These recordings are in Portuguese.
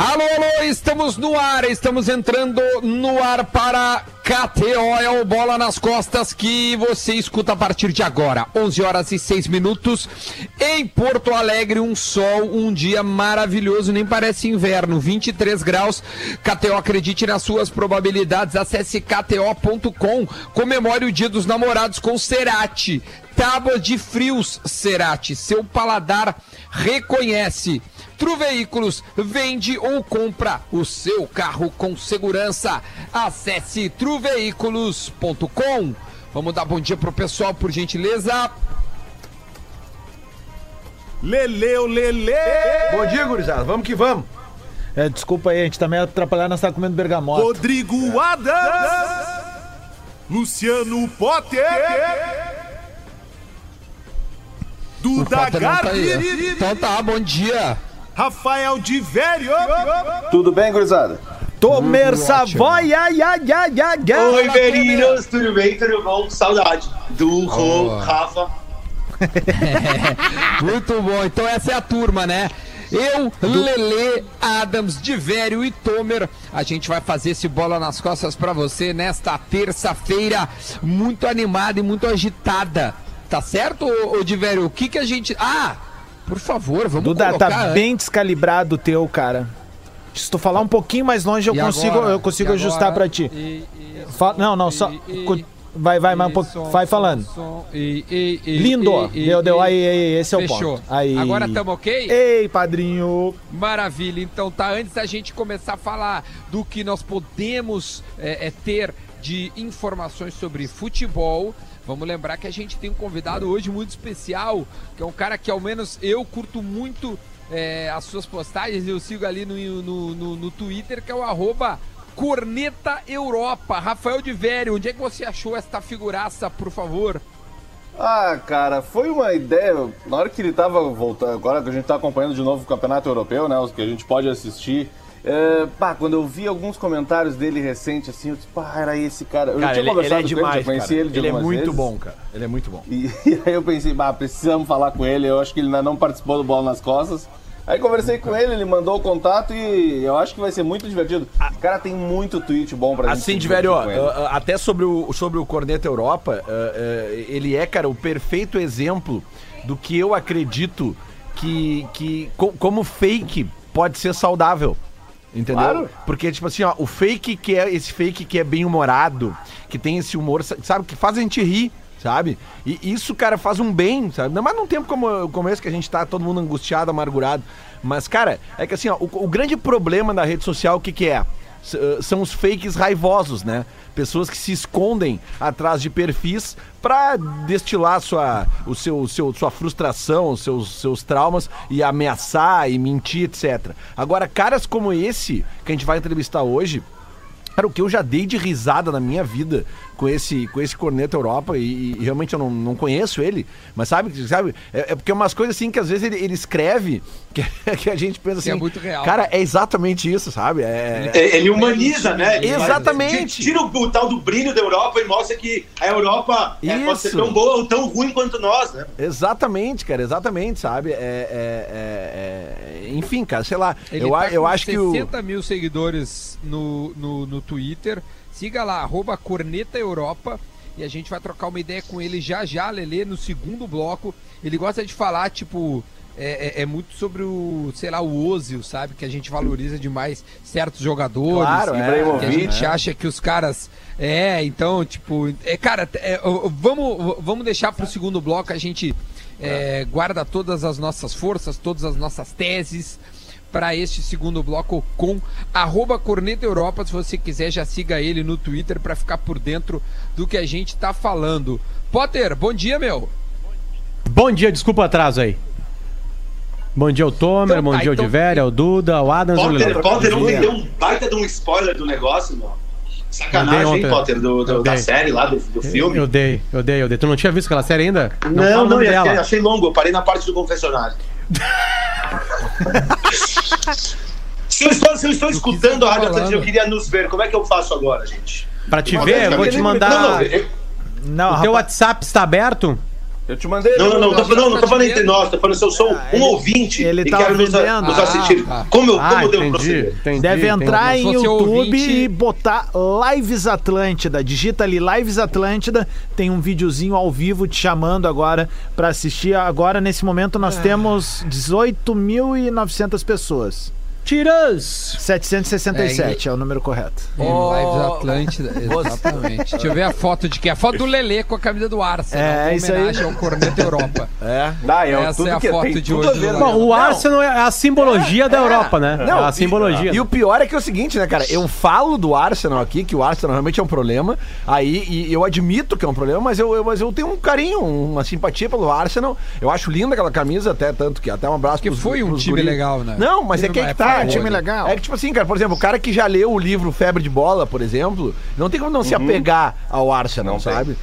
Alô, alô, estamos no ar, estamos entrando no ar para KTO, é o Bola nas Costas que você escuta a partir de agora, 11 horas e 6 minutos, em Porto Alegre, um sol, um dia maravilhoso, nem parece inverno, 23 graus, KTO, acredite nas suas probabilidades, acesse kto.com, comemore o Dia dos Namorados com Cerati, tábua de frios Cerati, seu paladar reconhece. Tru Veículos, vende ou compra o seu carro com segurança. Acesse truveículos.com. Vamos dar bom dia pro pessoal, por gentileza. Leleu, Lele! Bom dia, gurizada. Vamos que vamos. Desculpa aí, a gente tá meio atrapalhado, nós tá comendo bergamota. Rodrigo Adams! Luciano Potter! Duda Garbi! Então tá, bom dia. Rafael de Vério! Tudo bem, gurizada? Tomer Savoy, Oi, Verinos, tudo bem, tudo bom? Saudade do Rafa. Muito bom, então essa é a turma, né? Eu, Lelê, Adams, de Vério e Tomer, a gente vai fazer esse Bola nas Costas pra você nesta terça-feira, muito animada e muito agitada. Tá certo, ô de Vério? O que a gente... por favor, vamos Duda, colocar... tá bem descalibrado o teu, cara. Se tu falar um pouquinho mais longe, eu consigo ajustar pra ti. Vai mais um pouco. Vai falando. Lindo. Deu. Aí, esse é o ponto. Aí. Agora estamos ok? Ei, padrinho. Maravilha. Então tá, antes da gente começar a falar do que nós podemos ter de informações sobre futebol, vamos lembrar que a gente tem um convidado hoje muito especial, que é um cara que ao menos eu curto muito as suas postagens, eu sigo ali no Twitter, que é o @CornetaEuropa. Rafael de Vério, onde é que você achou esta figuraça, por favor? Cara, foi uma ideia, na hora que ele tava voltando, agora que a gente tá acompanhando de novo o Campeonato Europeu, né, os que a gente pode assistir, quando eu vi alguns comentários dele recente, assim, eu disse, era esse cara. Eu já tinha conversado ele é demais, com ele, já conheci ele de ele algumas é muito vezes. bom, cara. Ele é muito bom. E aí eu pensei, precisamos falar com ele, eu acho que ele ainda não participou do Bola nas Costas. Aí conversei com ele, ele mandou o contato e eu acho que vai ser muito divertido. O cara tem muito tweet bom pra gente. Assim, de velho, até sobre o Corneta Europa, ele é, cara, o perfeito exemplo do que eu acredito que como fake pode ser saudável. Entendeu? Claro. Porque, tipo assim, o fake esse fake que é bem humorado, que tem esse humor, sabe, que faz a gente rir, sabe? E isso, cara, faz um bem, sabe? Não mais num tempo como esse que a gente tá todo mundo angustiado, amargurado. Mas, cara, é que assim, o grande problema da rede social, o que é? São os fakes raivosos, né? Pessoas que se escondem atrás de perfis pra destilar sua frustração, seus traumas e ameaçar e mentir, etc. Agora, caras como esse que a gente vai entrevistar hoje, cara, o que eu já dei de risada na minha vida com esse Corneta Europa, e realmente eu não conheço ele, mas sabe é porque é umas coisas assim que às vezes ele escreve que a gente pensa assim, é muito real, cara, é exatamente isso, sabe? Ele humaniza, né? Ele exatamente. Tira o tal do brilho da Europa e mostra que a Europa pode ser tão boa ou tão ruim quanto nós, né? Exatamente, cara, exatamente, sabe? Enfim, cara, sei lá, eu acho que 60 mil seguidores no Twitter. Siga lá, @CornetaEuropa, e a gente vai trocar uma ideia com ele já, Lelê, no segundo bloco. Ele gosta de falar, tipo, muito sobre o Ozil, sabe? Que a gente valoriza demais certos jogadores. Claro, que a gente acha que os caras... então, tipo... cara, vamos deixar pro segundo bloco, a gente guarda todas as nossas forças, todas as nossas teses para este segundo bloco com @CornetaEuropa. Se você quiser, já siga ele no Twitter para ficar por dentro do que a gente tá falando. Potter, bom dia, meu. Bom dia, desculpa o atraso aí. Bom dia ao Tomer, bom dia ao Diveria, ao Duda, ao Adams. Potter ontem deu um baita de um spoiler do negócio, meu. Sacanagem, hein, Potter, da série lá, do filme. Eu dei. Tu não tinha visto aquela série ainda? Não, eu achei longo, eu parei na parte do confessionário. Se eu estou escutando a Rádio Atlântica, eu queria nos ver. Como é que eu faço agora, gente? Pra te ver, eu vou te mandar... O teu WhatsApp está aberto? Eu te mandei. Não tô falando entre nós, tô falando se eu sou um ouvinte ele e tá quero nos assistir. Como eu devo proceder? Deve entrar em YouTube ouvinte... e botar Lives Atlântida. Digita ali Lives Atlântida, tem um videozinho ao vivo te chamando agora pra assistir. Agora, nesse momento, nós temos 18.900 pessoas. Tiras! 767 é o número correto. Lives Atlântida, exatamente. Deixa eu ver a foto de quem? A foto do Lelê com a camisa do Arsenal. É, isso aí. Homenagem ao Corneta Europa. Essa é a foto de hoje. Bom, o Arsenal é a simbologia da Europa, né? Não, é a simbologia. E o pior é que é o seguinte, né, cara? Eu falo do Arsenal aqui, que o Arsenal realmente é um problema. Aí, e eu admito que é um problema, mas eu tenho um carinho, uma simpatia pelo Arsenal. Eu acho linda aquela camisa, até tanto que até um abraço porque foi um time legal, né? Não, mas é que tá. É um time legal. É que, tipo assim, cara, por exemplo, o cara que já leu o livro Febre de Bola, por exemplo, não tem como não se apegar ao Arsenal, sabe?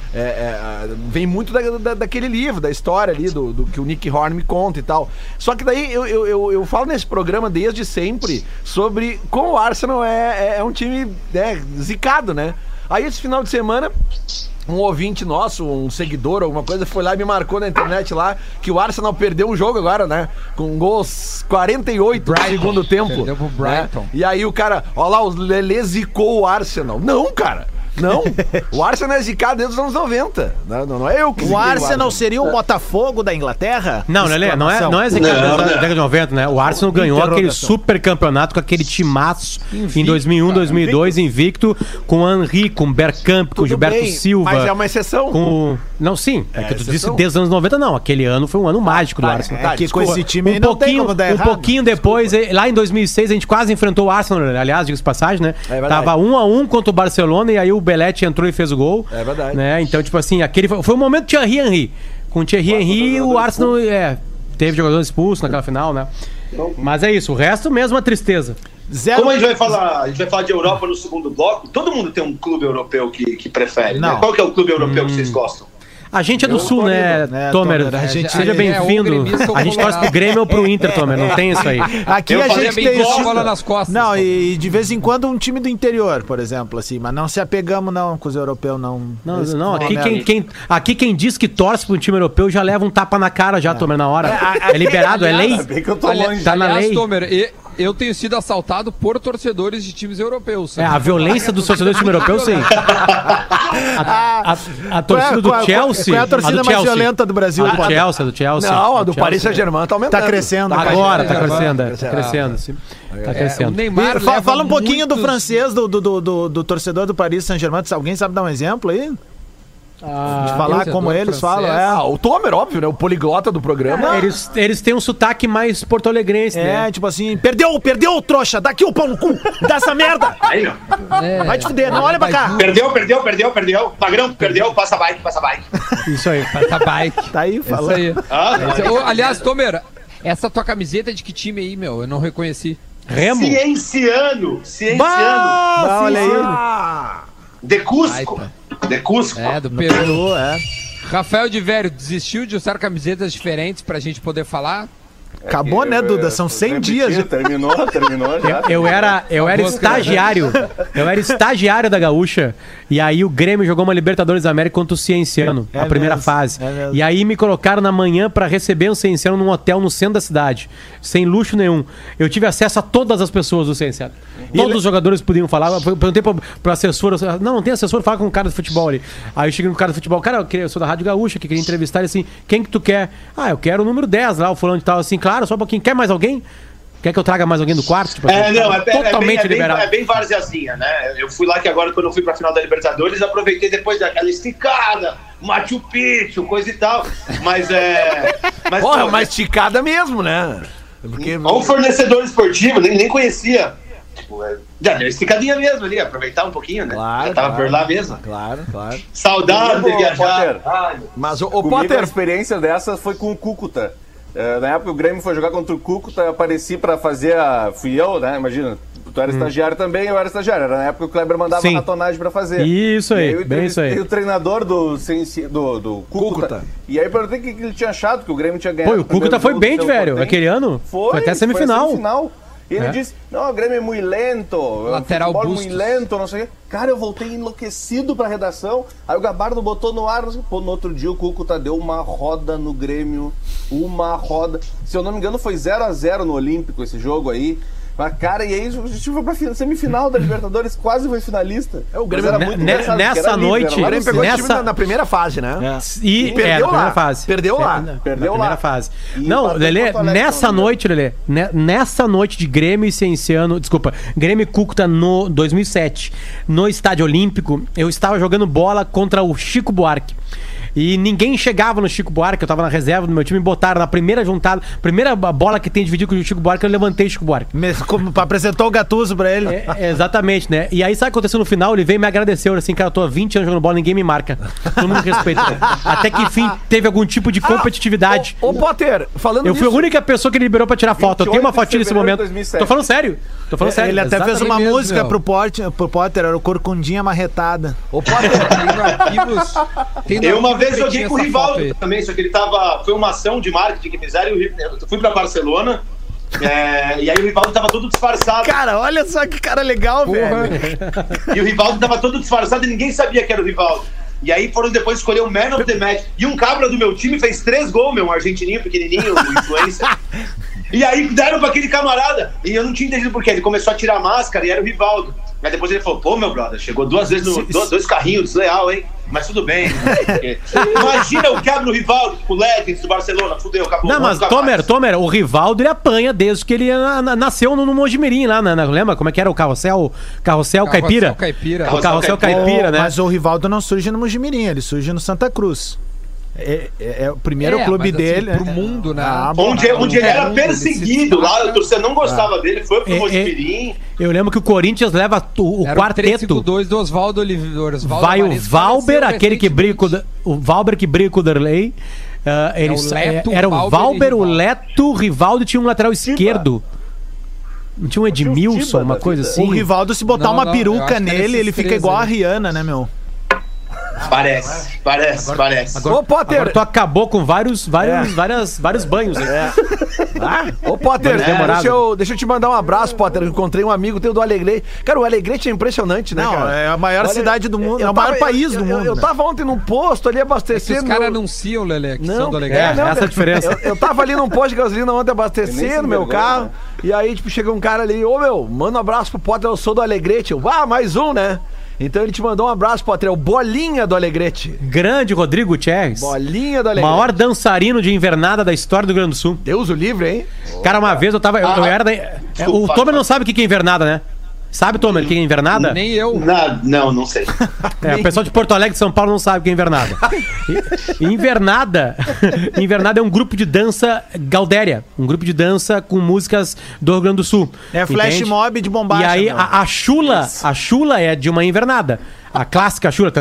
Vem muito daquele livro, da história ali, do que o Nick Horn me conta e tal. Só que daí eu falo nesse programa desde sempre sobre como o Arsenal é um time zicado, né? Aí esse final de semana, um ouvinte nosso, um seguidor, alguma coisa, foi lá e me marcou na internet lá que o Arsenal perdeu um jogo agora, né? Com gols 48 no segundo tempo. Perdeu pro Brighton. Né? E aí o cara, ó lá, o Lelê zicou o Arsenal. Não, cara. Não, o Arsenal é zicado desde os anos 90. Não é eu que O Arsenal seria o Botafogo da Inglaterra? Não, Lelê, não é zicado da década de 90, né? O Arsenal ganhou aquele super campeonato com aquele timaço em 2001, 2002, invicto, com o Henry, com o Bergkamp, com o Gilberto Silva. Mas é uma exceção. Não, sim. É que tu disse desde os anos 90, não. Aquele ano foi um ano mágico do Arsenal. É que com esse time não tem como dar errado. Um pouquinho depois, lá em 2006, a gente quase enfrentou o Arsenal, aliás, diga-se passagem, né? Tava 1-1 contra o Barcelona e aí o Belletti entrou e fez o gol. É verdade. Né? Então, tipo assim, aquele foi o momento de Thierry Henry. Com o Thierry Henry, o Arsenal teve jogador expulso naquela final, né? Mas é isso, o resto mesmo é tristeza. Como a gente vai falar de Europa no segundo bloco, todo mundo tem um clube europeu que prefere, né? Qual que é o clube europeu que vocês gostam? A gente é do Sul, né, Tomer? Seja bem-vindo. A gente torce pro Grêmio ou pro Inter, Tomer. Não tem isso aí. Aqui a gente tem a bola nas costas. Não, e de vez em quando um time do interior, por exemplo, assim. Mas não se apegamos, não, com os europeus, não. Não, aqui quem diz que torce pro time europeu já leva um tapa na cara já, Tomer, na hora. É liberado, é lei. Tá na lei. Tomer, eu tenho sido assaltado por torcedores de times europeus. A violência dos torcedores de time europeu, sim. A torcida do Chelsea... Qual é a torcida mais violenta do Brasil? A do Chelsea. Não, a do Paris Saint-Germain tá aumentando. Tá crescendo. Agora tá crescendo. Tá crescendo. O Neymar fala um pouquinho do francês, do torcedor do Paris Saint-Germain. Alguém sabe dar um exemplo aí? De falar como eles falam. O Tomer, óbvio, né? O poliglota do programa. Eles têm um sotaque mais porto-alegrense, né? Tipo assim, perdeu, trouxa, daqui o pau no cu, dá essa merda. Aí, vai te fuder, não olha pra cá. Perdeu. Magrão, perdeu, passa bike. Isso aí. Passa bike. Tá aí, falando. Isso aí. Aliás, Tomer, essa tua camiseta é de que time aí, meu? Eu não reconheci. Remo? Cienciano. Olha aí. De Cusco. Do Peru. Rafael de Vério, desistiu de usar camisetas diferentes pra gente poder falar? Acabou, né, Duda? São 100 dias. Terminou já. Eu era estagiário. Eu era estagiário da Gaúcha. E aí o Grêmio jogou uma Libertadores da América contra o Cienciano, a primeira fase. E aí me colocaram na manhã pra receber o Cienciano num hotel no centro da cidade, sem luxo nenhum. Eu tive acesso a todas as pessoas do Cienciano. Todos os jogadores podiam falar. Eu perguntei pro assessor, não tem assessor, fala com o cara do futebol ali. Aí eu cheguei no cara do futebol, cara, eu sou da Rádio Gaúcha, que queria entrevistar ele assim, quem que tu quer? Eu quero o número 10 lá, o fulano de tal, assim, claro, só um pouquinho. Quer mais alguém? Quer que eu traga mais alguém do quarto? Tipo, totalmente liberado. É bem varzeazinha, né? Eu fui lá que agora, quando eu fui pra final da Libertadores, aproveitei depois daquela esticada, Machu Picchu, coisa e tal. Mas Porra, uma esticada mesmo, né? Porque... Um fornecedor esportivo, nem conhecia. Tipo, já deu esticadinha mesmo ali, aproveitar um pouquinho, né? Claro, já tava por lá mesmo. Claro. Saudade de viajar. Mas o Potter, a experiência dessa foi com o Cúcuta. Na época o Grêmio foi jogar contra o Cúcuta, apareci pra fazer Fui eu, né? Imagina. Tu era estagiário também, eu era estagiário. Era na época que o Kleber mandava ratonagem pra fazer. Isso aí, bem isso aí. E o treinador do Cúcuta. E aí eu perguntei o que ele tinha achado, que o Grêmio tinha ganhado. Pô, o Cúcuta foi bem, velho. Aquele ano? Foi até semifinal. E ele disse, não, o Grêmio é muito lento. Lateral muito lento, não sei o quê. Cara, eu voltei enlouquecido pra redação, aí o Gabardo botou no ar, pô, no outro dia o Cúcuta deu uma roda no Grêmio, uma roda. Se eu não me engano foi 0-0 no Olímpico esse jogo aí. Mas, cara, e aí a gente foi pra semifinal da Libertadores, quase foi finalista. O Grêmio era muito nessa noite... O Grêmio pegou o time na primeira fase, né? E perdeu lá. Primeira fase. Perdeu lá. Perdeu lá. Primeira fase. E Não, Lelê, nessa noite, Lelê, nessa noite de Grêmio e Cienciano, desculpa, Grêmio e Cúcuta no 2007, no Estádio Olímpico, eu estava jogando bola contra o Chico Buarque. E ninguém chegava no Chico Buarque, eu tava na reserva do meu time, me botaram na primeira juntada, primeira bola que tem dividido com o Chico Buarque, eu levantei o Chico Buarque. Apresentou o Gattuso pra ele. Exatamente, né? E aí, sabe o que aconteceu no final? Ele veio e me agradeceu, assim, cara, eu tô há 20 anos jogando bola, ninguém me marca. Todo mundo me respeita. Até que, enfim, teve algum tipo de competitividade. Ô, Potter, falando Eu fui a única pessoa que ele liberou pra tirar foto. Eu tenho uma fotinha nesse momento. 2007. Tô falando sério. Ele até fez uma mesmo, música meu. pro Potter, era o Corcundinha Marretada. Ô, Potter, Eu uma vez joguei com o Rivaldo também, só que ele tava... Foi uma ação de marketing que fizeram, eu fui pra Barcelona, e aí o Rivaldo tava todo disfarçado. Cara, olha só que cara legal, velho. E o Rivaldo tava todo disfarçado e ninguém sabia que era o Rivaldo. E aí foram depois escolher o Man of the Match. E um cabra do meu time fez 3 gols, um argentininho, pequenininho, influencer. E aí deram pra aquele camarada. E eu não tinha entendido por quê. Ele começou a tirar a máscara e era o Rivaldo. Aí depois ele falou, pô, meu brother, chegou 2 vezes dois carrinhos, desleal, hein? Mas tudo bem. Imagina o quebra no Rivaldo, o Legends do Barcelona, fudeu, acabou. Não, mas Tomer, o Rivaldo ele apanha desde que ele nasceu no Mojimirim lá, né? Lembra como é que era o Carrossel Caipira? O Carrossel Caipira, né? Mas o Rivaldo não surge no Mojimirim, ele surge no Santa Cruz. É o primeiro clube dele. Pro mundo, né? Onde ele era perseguido lá, o torcedor não gostava dele, foi pro Mojimirim. Eu lembro que o Corinthians leva o quarteto. O 3-5-2 do Oswaldo Oliveira. Vai o Valber, aquele que briga com o Valber que briga com o Derlei. Era o Valber, o Leto, o Rivaldo, tinha um lateral esquerdo. Não tinha um Edmilson, uma coisa assim? O Rivaldo, se botar uma peruca nele, ele fica igual a Rihanna, né, meu? Parece. Ô, Potter, Agora tu acabou com vários banhos. Né? Ô, Potter, deixa eu te mandar um abraço, Potter. Eu encontrei um amigo teu do Alegrete. Cara, o Alegrete é impressionante, né, cara? É a maior cidade do mundo, é o maior país do mundo. Eu tava ontem num posto ali abastecendo. Os caras anunciam, Lelê, que são do Alegrete. Essa é a diferença. Eu tava ali num posto de gasolina ontem abastecendo meu carro. Né? E aí, tipo, chega um cara ali, manda um abraço pro Potter, eu sou do Alegrete. Mais um, né? Então ele te mandou um abraço, Potter, é o Bolinha do Alegrete. Grande Rodrigo Gutierrez. Bolinha do Alegrete. Maior dançarino de invernada da história do Rio Grande do Sul. Deus o livre, hein? Cara, uma vez eu tava... eu era da... o Tomer não sabe o que é invernada, né? Sabe, Tomer, o que é invernada? Nem eu. Não sei. O pessoal de Porto Alegre e São Paulo não sabe o que é invernada. Invernada é um grupo de dança gaudéria. Um grupo de dança com músicas do Rio Grande do Sul. É flash mob de bombacha. E aí a chula é de uma invernada. A clássica chula.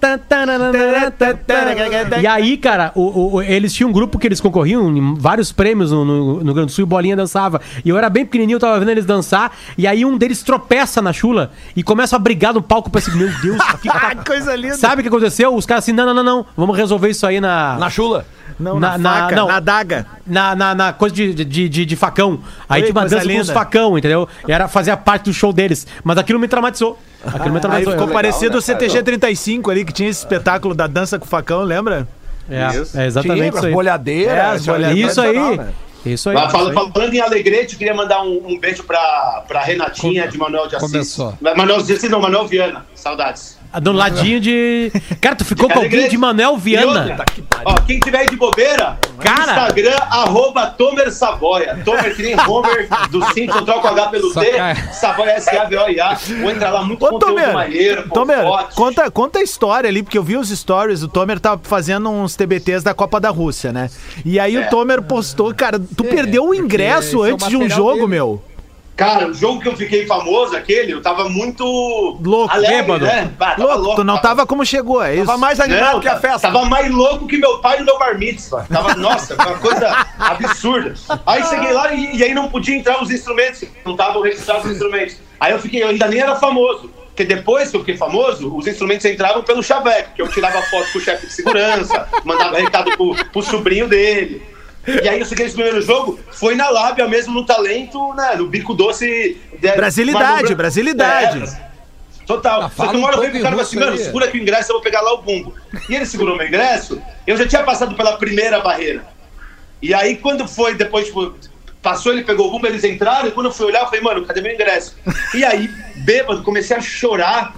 E aí, cara, eles tinham um grupo que eles concorriam em vários prêmios no Rio Grande do Sul e o Bolinha dançava. E eu era bem pequenininho, eu tava vendo eles dançar. E aí um deles tropeça na chula e começa a brigar no palco pra assim, meu Deus, que coisa linda. Sabe o que aconteceu? Os caras assim, não, vamos resolver isso aí na chula. Não, na faca, na adaga. Na coisa de facão. Aí tinha uma dança com os facão, entendeu? Fazia parte do show deles. Mas aquilo me traumatizou. Aí ficou parecido o CTG 35 ali, que tinha esse espetáculo da dança com o facão, lembra? É exatamente isso aí. Bolhadeiras. Isso aí. Isso aí. Falando em Alegrete, eu queria mandar um beijo pra Renatinha de Manuel de Assis. Começou. Manuel Viana. Saudades. Do ladinho de... Cara, tu ficou com alguém de Manuel Viana. Quem tiver aí de bobeira, cara, Instagram, @Tomer Savoia. Tomer que nem Homer do Simpson, troca o H pelo D, Savoia S-A-V-O-I-A. Vou entrar lá, muito conteúdo maneiro. Tomer, conta a história ali, porque eu vi os stories, o Tomer tava fazendo uns TBTs da Copa da Rússia, né? E aí o Tomer postou, cara, tu perdeu o ingresso antes de um jogo, dele. Meu. Cara, o jogo que eu fiquei famoso, eu tava muito louco, alegre, né? Tava louco, tu não tava como chegou, é isso? Tava mais animado que a festa. Tava mais louco que meu pai no meu bar mitzvah. Nossa, uma coisa absurda. Aí cheguei lá e aí não podia entrar os instrumentos, não estavam registrados os instrumentos. Aí eu ainda nem era famoso. Porque depois que eu fiquei famoso, os instrumentos entravam pelo chaveco, que eu tirava foto com o chefe de segurança, mandava recado pro sobrinho dele. E aí eu cheguei nesse primeiro jogo, foi na lábia mesmo, no talento, né, no bico doce. Brasilidade. Total. Só que uma hora eu veio com o cara assim, mano, segura aqui o ingresso, eu vou pegar lá o bumbo. E ele segurou meu ingresso, eu já tinha passado pela primeira barreira. E aí, quando foi, depois, tipo, passou, ele pegou o bumbo, eles entraram, e quando eu fui olhar, eu falei, mano, cadê meu ingresso? E aí, bêbado, comecei a chorar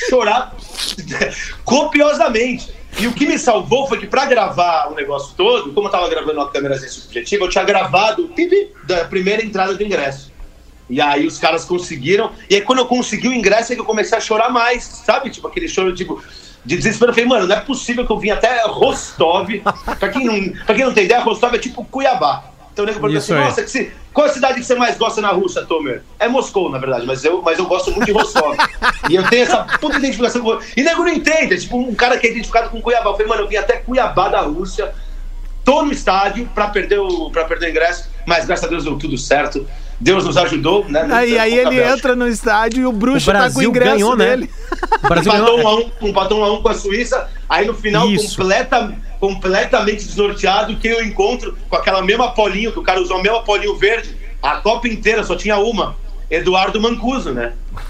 copiosamente. E o que me salvou foi que pra gravar o negócio todo, como eu tava gravando uma câmera sem subjetiva, eu tinha gravado o pipi da primeira entrada do ingresso. E aí os caras conseguiram, e aí quando eu consegui o ingresso é que eu comecei a chorar mais, sabe? Tipo, aquele choro, tipo, de desespero. Eu falei, mano, não é possível que eu vim até Rostov. Pra quem não tem ideia, Rostov é tipo Cuiabá. Então o nego pergunta assim, nossa, qual a cidade que você mais gosta na Rússia, Tomer? É Moscou, na verdade, mas eu gosto muito de Rostov. E eu tenho essa puta identificação com... E o nego não entende, é tipo um cara que é identificado com Cuiabá. Eu falei, mano, eu vim até Cuiabá da Rússia, tô no estádio pra perder o ingresso, mas graças a Deus deu tudo certo. Deus nos ajudou, né? Aí ele entra no estádio e o bruxo tá com o ingresso ganhou, dele. Né? O Brasil empatou 1-1 com a Suíça. Aí no final, completamente desnorteado, quem eu encontro com aquela mesma polinho, que o cara usou a mesma polinho verde, a Copa inteira só tinha uma. Eduardo Mancuso, né?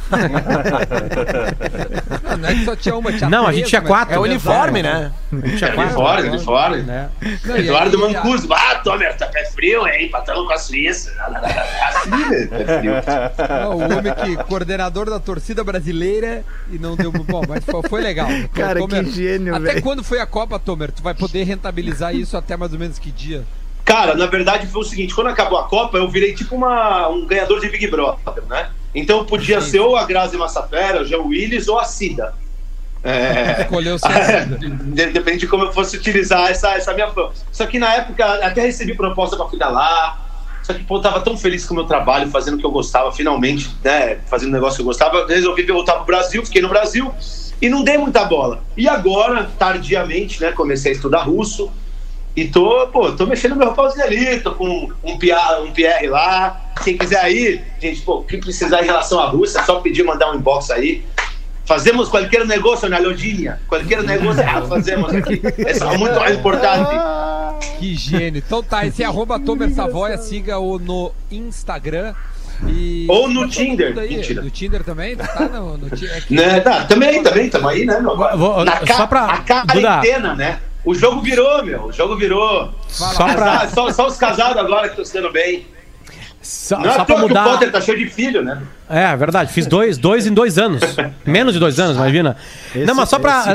Não é que só tinha uma, tinha não, três, a gente tinha 4. É uniforme, né? Uniforme. Né? Não, Eduardo Mancuso. Ah, Tomer, tá pé frio, hein? Empatando com a Suíça. É assim, né? Pé frio. Não, o homem que coordenador da torcida brasileira e não deu bom, mas foi legal. Cara, Tomer, que gênio, velho. Até quando foi a Copa, Tomer? Tu vai poder rentabilizar isso até mais ou menos que dia? Cara, na verdade foi o seguinte, quando acabou a Copa, eu virei tipo um ganhador de Big Brother, né? Então podia ser ou a Grazi Massafera, o Jean Willis ou a Cida. Escolheu ser a Cida. Depende de como eu fosse utilizar essa minha fama. Só que na época até recebi proposta pra cuidar lá. Só que, pô, eu tava tão feliz com o meu trabalho, fazendo o que eu gostava, finalmente, né? Fazendo o negócio que eu gostava. Resolvi voltar pro Brasil, fiquei no Brasil e não dei muita bola. E agora, tardiamente, né? Comecei a estudar russo. E tô mexendo meu rapauzinho ali, tô com um PR lá. Quem quiser aí, gente, pô, quem precisar em relação à Rússia, é só pedir, mandar um inbox aí. Fazemos qualquer negócio na lojinha. Qualquer negócio fazemos aqui. É muito mais importante. Que gênio. Então tá, esse é @Tomer Savoia, siga-o no Instagram. Ou no Tinder. Mentira. No Tinder também? Tá no Tinder. Né, tá, também, tamo aí, né, meu? Só pra... A quarentena, né? O jogo virou, meu. O jogo virou. Só os casados agora que estão se dando bem. Não é pra mudar... que o Potter tá cheio de filho, né? É verdade. Fiz dois em 2 anos. Menos de 2 anos, imagina. Não, mas só pra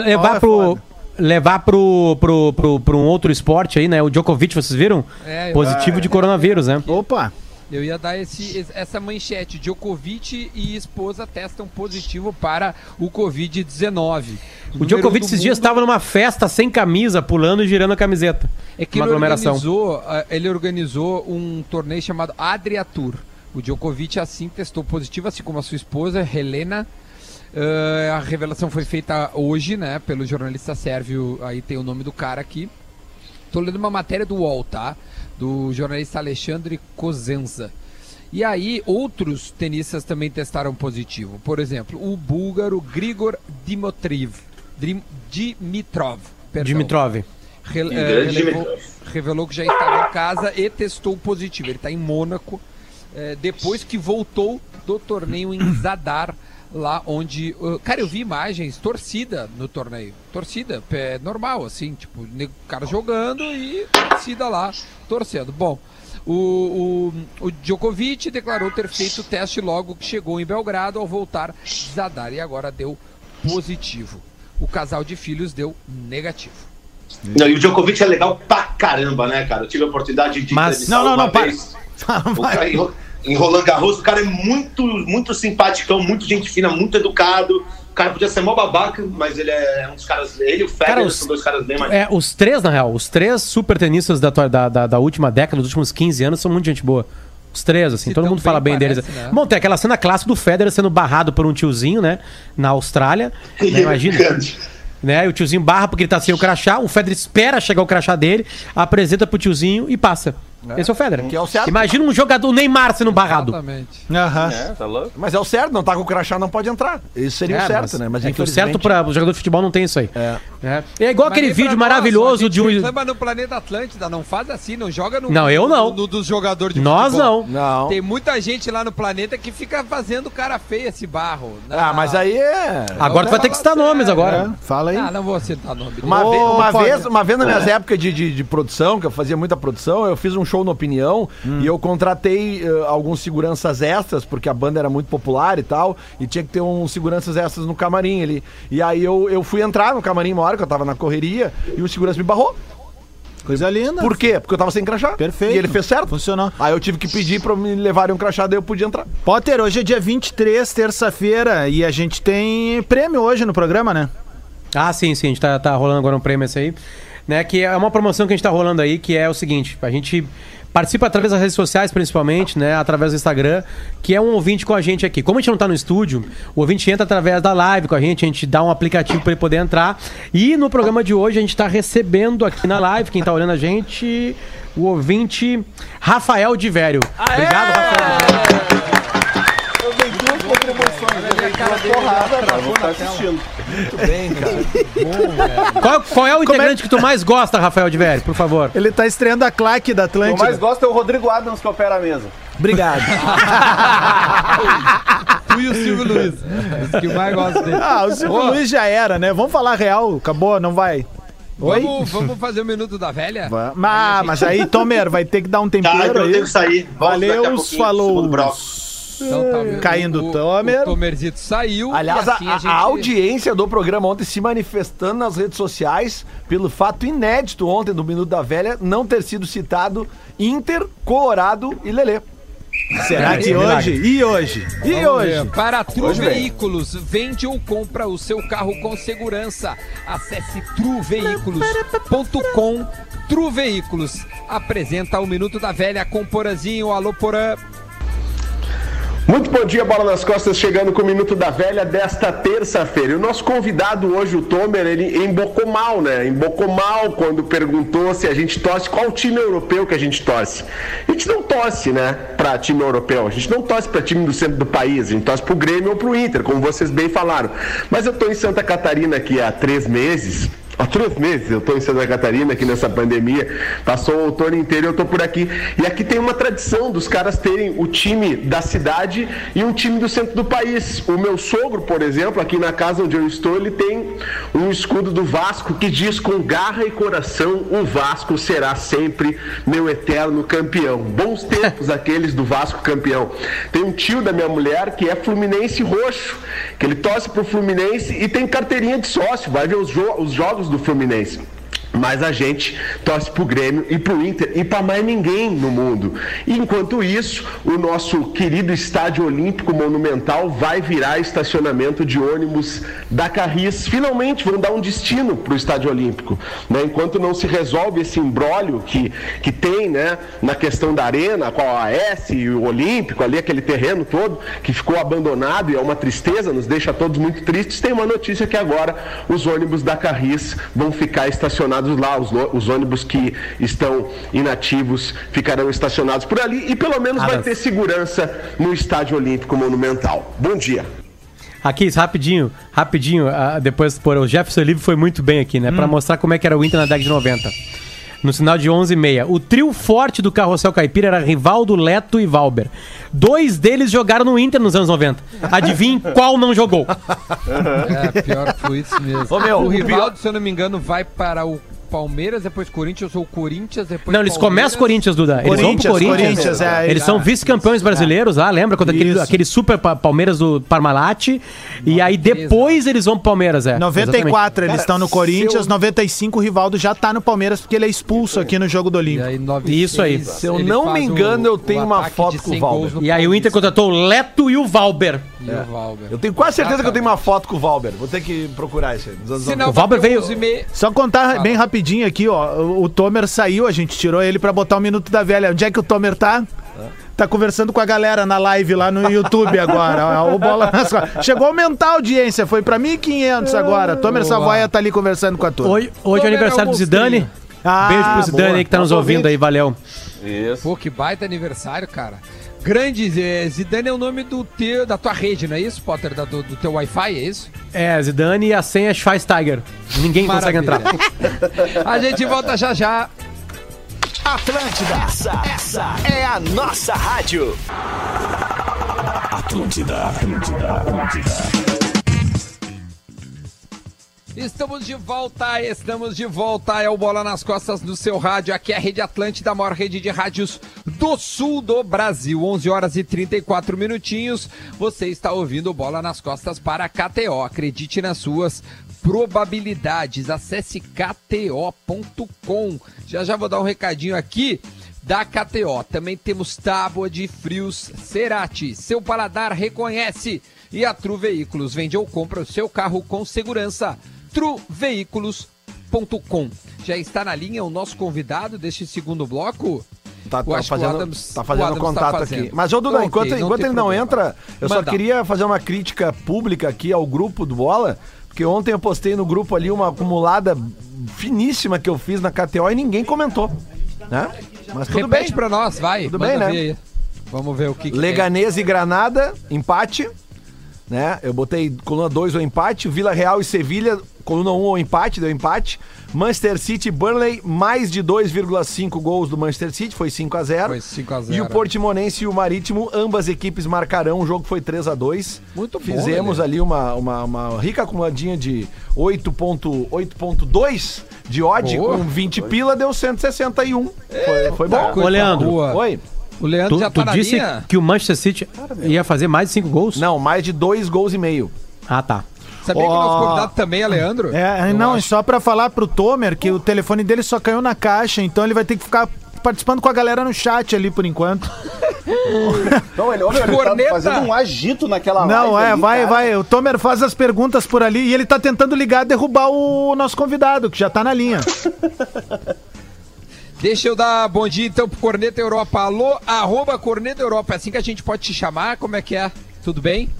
levar pro um outro esporte aí, né? O Djokovic, vocês viram? Positivo de coronavírus, né? Opa! Eu ia dar essa manchete. Djokovic e esposa testam positivo para o Covid-19. O Djokovic esses dias estava numa festa sem camisa, pulando e girando a camiseta. É que ele organizou um torneio chamado Adria Tour. O Djokovic assim testou positivo, assim como a sua esposa, Helena. A revelação foi feita hoje, né, pelo jornalista sérvio. Aí tem o nome do cara aqui. Tô lendo uma matéria do UOL, tá? Do jornalista Alexandre Cosenza. E aí, outros tenistas também testaram positivo. Por exemplo, o búlgaro Grigor Dimitrov. Revelou que já estava em casa e testou positivo. Ele está em Mônaco, depois que voltou do torneio em Zadar, lá onde... Cara, eu vi imagens, torcida no torneio. Torcida, normal, assim, tipo, o cara jogando e torcida lá, torcendo. Bom, o Djokovic declarou ter feito o teste logo que chegou em Belgrado ao voltar de Zadar e agora deu positivo. O casal de filhos deu negativo. Não, e o Djokovic é legal pra caramba, né, cara? Eu tive a oportunidade de entrevistar uma vez. O cara em Roland Garros, o cara é muito, muito simpaticão, muito gente fina, muito educado. O cara podia ser mó babaca, mas ele é um dos caras... Ele e o Federer são dois caras bem mais... Os três, na real, os 3 super tenistas da última década, dos últimos 15 anos, são muito gente boa. Os 3, assim, todo mundo fala bem deles. Né? Bom, tem aquela cena clássica do Federer sendo barrado por um tiozinho, né, na Austrália. Né, imagina. Né, o tiozinho barra porque ele tá sem o crachá, o Federer espera chegar o crachá dele, apresenta pro tiozinho e passa. Esse é o Federer. Que é o certo. Imagina um jogador, o Neymar sendo barrado. Exatamente. Tá louco? Mas é o certo, não tá com o crachá, não pode entrar. Isso seria o certo, né? Mas o certo para o jogador de futebol não tem isso aí. É igual aquele vídeo maravilhoso de um... Reclama no Planeta Atlântida, não faz assim, não joga no... Não, eu não. No dos jogadores de Nós futebol. Não. Tem muita gente lá no Planeta que fica fazendo cara feia esse barro. Mas aí é... Agora tu vai ter que citar nomes agora. Fala aí. Não vou citar nome. Uma vez nas minhas épocas de produção, que eu fazia muita produção, eu fiz um show no Opinião e eu contratei alguns seguranças extras, porque a banda era muito popular e tal, e tinha que ter uns seguranças extras no camarim ali. E aí eu fui entrar no camarim uma hora, que eu tava na correria, e o segurança me barrou. Coisa linda. Por quê? Porque eu tava sem crachá. Perfeito. E ele fez certo. Funcionou. Aí eu tive que pedir pra me levarem um crachá, daí eu podia entrar. Potter, hoje é dia 23, terça-feira, e a gente tem prêmio hoje no programa, né? Ah, sim, a gente tá rolando agora um prêmio esse aí, né, que é uma promoção que a gente tá rolando aí, que é o seguinte, a gente participa através das redes sociais, principalmente, né, através do Instagram, que é um ouvinte com a gente aqui. Como a gente não tá no estúdio, o ouvinte entra através da live com a gente dá um aplicativo para ele poder entrar, e no programa de hoje a gente tá recebendo aqui na live, quem tá olhando a gente, o ouvinte Rafael de Vério. Obrigado, Rafael. Eu dei duas contribuições, eu dei uma porrada, cara, vou estar assistindo. Muito bem, cara. Qual é o integrante que tu mais gosta, Rafael de Vério, por favor? Ele tá estreando a claque da O Atlântida. que eu mais gosto é o Rodrigo Adams que opera a mesa. Obrigado. Tu e o Silvio Luiz. Os que eu mais gosto dele. O Silvio Luiz já era, né? Vamos falar real, acabou, não vai. Oi? Vamos fazer o Minuto da Velha? Mas aí, Tomer, vai ter que dar um tempero Tá, então eu aí. tenho que sair. Volto daqui a Valeu, pouquinho, falou. segundo bloco. Então, Caindo o Tomer. O Tomerzito saiu. Aliás, e assim a audiência do programa ontem se manifestando nas redes sociais pelo fato inédito ontem do Minuto da Velha não ter sido citado Inter, Colorado e Lelê. Será que hoje? E hoje? E hoje? Para Tru Veículos, vende ou compra o seu carro com segurança. Acesse truveículos.com. Tru Veículos apresenta o Minuto da Velha com Porazinho. Alô, Porã. Muito bom dia, Bola nas Costas, chegando com o Minuto da Velha desta terça-feira. E o nosso convidado hoje, o Tomer, ele embocou mal, né? Embocou mal quando perguntou se a gente torce, qual time europeu que a gente torce. A gente não torce, né, pra time europeu. A gente não torce pra time do centro do país. A gente torce pro Grêmio ou pro Inter, como vocês bem falaram. Mas eu tô em Santa Catarina aqui há 3 meses. Há 3 meses eu estou em Santa Catarina, aqui nessa pandemia, passou o outono inteiro e eu estou por aqui. E aqui tem uma tradição dos caras terem o time da cidade e um time do centro do país. O meu sogro, por exemplo, aqui na casa onde eu estou, ele tem um escudo do Vasco que diz com garra e coração: o Vasco será sempre meu eterno campeão. Bons tempos aqueles do Vasco campeão. Tem um tio da minha mulher que é fluminense roxo, que ele torce pro Fluminense e tem carteirinha de sócio, vai ver os jogos do Fluminense. Mas a gente torce pro Grêmio e pro Inter e para mais ninguém no mundo. E enquanto isso, o nosso querido Estádio Olímpico Monumental vai virar estacionamento de ônibus da Carris. Finalmente vão dar um destino pro Estádio Olímpico, né? Enquanto não se resolve esse imbróglio que tem, né, na questão da arena, com a AS e o Olímpico, ali aquele terreno todo que ficou abandonado e é uma tristeza, nos deixa todos muito tristes. Tem uma notícia que agora os ônibus da Carris vão ficar estacionados lá, os ônibus que estão inativos ficarão estacionados por ali e pelo menos vai ter segurança no Estádio Olímpico Monumental. Bom dia. Aqui, rapidinho, depois por o Jefferson Livre foi muito bem aqui, né? Pra mostrar como é que era o Inter na década de 90. No sinal de 11h30. O trio forte do Carrossel Caipira era Rivaldo, Leto e Valber. 2 deles jogaram no Inter nos anos 90. Adivinhe qual não jogou? Pior que foi isso mesmo. O Rivaldo, se eu não me engano, vai para o Palmeiras, depois Corinthians, ou Corinthians, depois Não, eles começam Corinthians, Duda. Eles vão pro Corinthians. Eles são vice-campeões brasileiros lá, lembra? Quando aquele super Palmeiras do Parmalat. E aí depois eles vão pro Palmeiras, 94 eles estão no Corinthians, 95 o Rivaldo já tá no Palmeiras porque ele é expulso aqui no jogo do Olímpico. Isso aí. Se eu não me engano, eu tenho uma foto com o Valber. E aí o Inter contratou o Leto e o Valber. Eu tenho quase certeza que eu tenho uma foto com o Valber. Vou ter que procurar isso aí. O Valber veio... Só contar bem rapidinho aqui, ó. O Tomer saiu, a gente tirou ele pra botar o Minuto da Velha. Onde é que o Tomer tá? Tá conversando com a galera na live lá no YouTube agora. O Bola nas Costas. Chegou a aumentar a audiência, foi pra 1.500 agora. Tomer Savoia tá ali conversando com a turma. Hoje é aniversário do Zidane. Beijo pro Zidane aí que tá nos ouvindo aí, valeu. Isso. Pô, que baita aniversário, cara. Grande, Zidane é o nome da tua rede, não é isso, Potter? Do teu Wi-Fi, é isso? É, Zidane e a senha é Schweinsteiger. Ninguém consegue entrar. A gente volta já. Atlântida, essa é a nossa rádio. Atlântida. Estamos de volta, é o Bola nas Costas do seu rádio, aqui é a Rede Atlântida, a maior rede de rádios do sul do Brasil, 11 horas e 34 minutinhos, você está ouvindo o Bola nas Costas para a KTO, acredite nas suas probabilidades, acesse kto.com, já vou dar um recadinho aqui da KTO, também temos tábua de frios Cerati, seu paladar reconhece, e a Tru Veículos, vende ou compra o seu carro com segurança, truveículos.com. Já está na linha o nosso convidado deste segundo bloco? Tá fazendo contato aqui. Mas, ô Duda, enquanto ele não entra, eu só queria fazer uma crítica pública aqui ao grupo do Bola, porque ontem eu postei no grupo ali uma acumulada finíssima que eu fiz na KTO e ninguém comentou, né? Mas tudo Repete bem. pra nós, vai. Tudo bem, né? Aí. Vamos ver o que Leganés e Granada, empate. Né? Eu botei coluna 2 o empate, Vila Real e Sevilha, coluna 1 o empate, deu empate. Manchester City e Burnley, mais de 2,5 gols do Manchester City, foi 5-0. Foi 5-0. E o Portimonense e o Marítimo, ambas equipes marcarão, o jogo foi 3-2. Muito bom. Fizemos ali uma rica acumuladinha de 8,2 de odd, com 20 pila, deu 161. Foi bom. Ô, Leandro. Oi. O Leandro já tá na disse linha? que o Manchester City ia fazer mais de 5 gols? Não, mais de 2 gols e meio. Ah, tá. Sabia que o nosso convidado também é Leandro? Não, só pra falar pro Tomer que o telefone dele só caiu na caixa, então ele vai ter que ficar participando com a galera no chat ali por enquanto. Não, ele tá fazendo um agito naquela live. Não, ali, vai. O Tomer faz as perguntas por ali e ele tá tentando ligar, derrubar o nosso convidado, que já tá na linha. Deixa eu dar bom dia então pro Corneta Europa. Alô, @Corneta Europa. É assim que a gente pode te chamar? Como é que é? Tudo bem?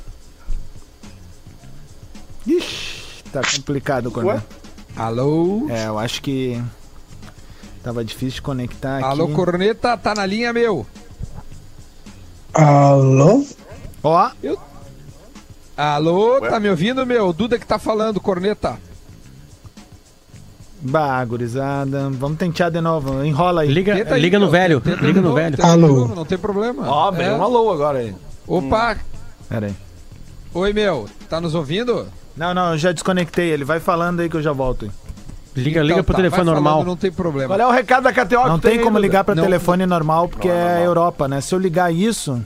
Ixi, tá complicado, Corneta. Alô? Eu acho que tava difícil de conectar aqui. Alô, Corneta, tá na linha, meu? Alô? Ó. Alô, tá me ouvindo, meu? Duda que tá falando, Corneta. Bah, gurizada. Vamos tentar de novo. Enrola aí. Liga no velho. Liga no velho. Alô. Não tem problema. Ó, veio um alô agora aí. Opa. Pera aí. Oi, meu. Tá nos ouvindo? Não, eu já desconectei. Ele vai falando aí que eu já volto. Hein. Liga Então pro telefone vai normal. Falando, não tem problema. Qual é o recado da KTO? Não tem como ligar pra Não. telefone normal porque é Europa, né? Se eu ligar isso...